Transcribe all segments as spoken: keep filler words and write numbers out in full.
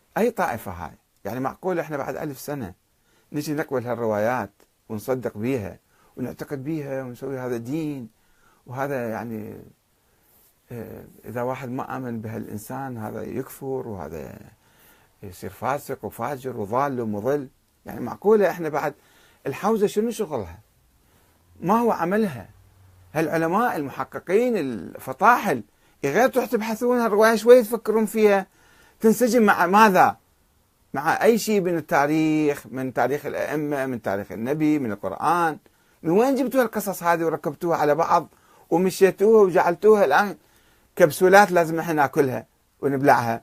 أي طائفة هاي؟ يعني معقولة إحنا بعد ألف سنة نجي نقبل هالروايات ونصدق بيها ونعتقد بيها ونسوي هذا دين؟ وهذا يعني آه، إذا واحد ما آمن بهالإنسان هذا يكفر، وهذا يصير فاسق وفاجر وضال ومضل. يعني معقولة إحنا بعد الحوزة شنو شغلها؟ ما هو عملها؟ هالعلماء المحققين الفطاحل غير تروح تبحثون هالرواية شوي تفكرون فيها، تنسجم مع ماذا؟ مع أي شيء من التاريخ، من تاريخ الأئمة، من تاريخ النبي، من القرآن. من وين جبتوا القصص هذه وركبتوها على بعض ومشيتوها وجعلتوها الآن كبسولات لازم احنا ناكلها ونبلعها؟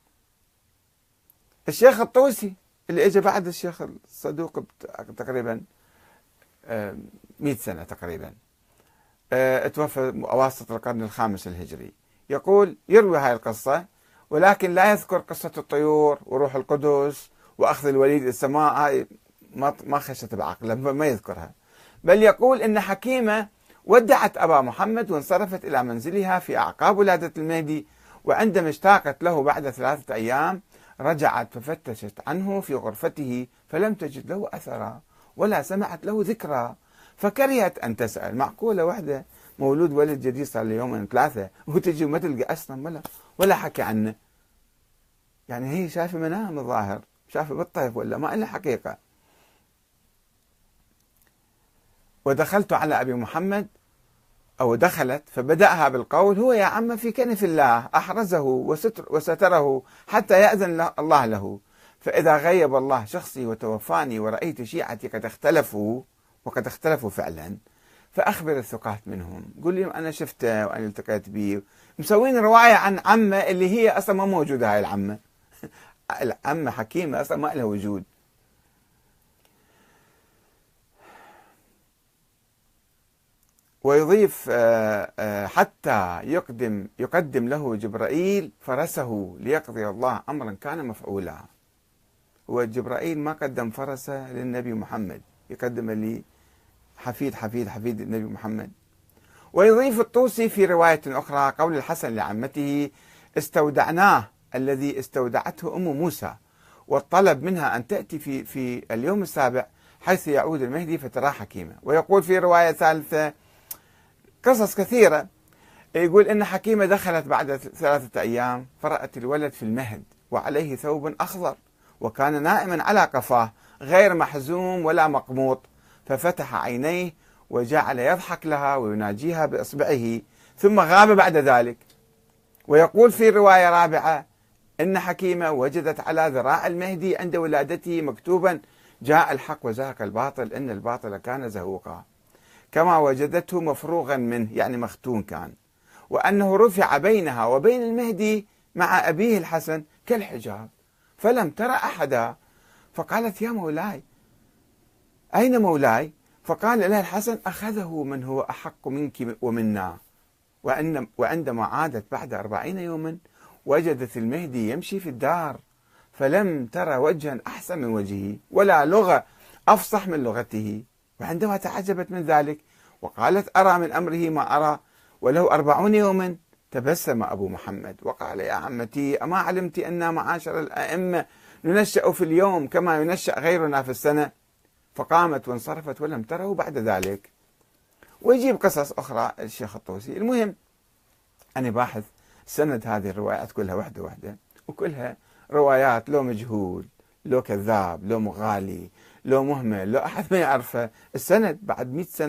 الشيخ الطوسي اللي اجى بعد الشيخ الصدوق تقريبا مئة سنة تقريبا، توفى أواسط القرن الخامس الهجري، يقول يروي هاي القصة ولكن لا يذكر قصة الطيور وروح القدس وأخذ الوليد السماء، هاي ما ما خشت بعقله، ما يذكرها، بل يقول إن حكيمة ودعت أبا محمد وانصرفت إلى منزلها في أعقاب ولادة المهدي، وعندما اشتاقت له بعد ثلاثة أيام رجعت ففتشت عنه في غرفته فلم تجد له أثرا ولا سمعت له ذكرى، فكرهت أن تسأل. معقولة وحدة مولود ولد جديد صار له يومين ثلاثة وتجي وما تلقى أصلا ولا ولا حكي عنه؟ يعني هي شايفة منام الظاهر، شايفة بالطيف ولا ما إلا حقيقة. ودخلت على أبي محمد أو دخلت فبدأها بالقول: هو يا عم في كنف الله أحرزه وستر وستره حتى يأذن الله له، فإذا غيب الله شخصي وتوفاني ورأيت شيعتي قد اختلفوا وقد اختلفوا فعلا فأخبر الثقات منهم، قل لي أنا شفته وأنا التقيت به. مسوين رواية عن عمة اللي هي أصلا ما موجودة، هاي العمة العمة حكيمة أصلا ما لها وجود. ويضيف حتى يقدم يقدم له جبرائيل فرسه ليقضي الله أمرا كان مفعولا. هو جبرائيل ما قدم فرسه للنبي محمد، يقدم لي حفيد حفيد حفيد النبي محمد. ويضيف الطوسي في رواية أخرى قول الحسن لعمته: استودعناه الذي استودعته أم موسى، والطلب منها أن تأتي في في اليوم السابع حيث يعود المهدي فتراه حكيمة. ويقول في رواية ثالثة قصص كثيرة، يقول إن حكيمة دخلت بعد ثلاثة أيام فرأت الولد في المهد وعليه ثوب أخضر وكان نائما على قفاه غير محزوم ولا مقموط، ففتح عينيه وجعل يضحك لها ويناجيها بإصبعه ثم غاب بعد ذلك. ويقول في رواية رابعة إن حكيمة وجدت على ذراع المهدي عند ولادته مكتوبا: جاء الحق وزهق الباطل إن الباطل كان زهوقا، كما وجدته مفروغا منه يعني مختون كان، وأنه رفع بينها وبين المهدي مع أبيه الحسن كالحجاب فلم ترى أحدا. فقالت: يا مولاي أين مولاي؟ فقال لها الحسن: أخذه من هو أحق منك ومنا. وأن وعندما عادت بعد أربعين يوما وجدت المهدي يمشي في الدار فلم ترى وجها أحسن من وجهه ولا لغة أفصح من لغته. وعندما تعجبت من ذلك وقالت: أرى من أمره ما أرى وله أربعون يوما، تبسم أبو محمد وقال: يا عمتي أما علمت أن معاشر الأئمة ننشأ في اليوم كما ينشأ غيرنا في السنة؟ فقامت وانصرفت ولم تره بعد ذلك. ويجيب قصص أخرى الشيخ الطوسي. المهم أنا باحث سند هذه الروايات كلها وحدة وحدة، وكلها روايات لو مجهول لو كذاب لو مغالي لو مهمل لو أحد ما يعرفه، السند بعد مئة سنة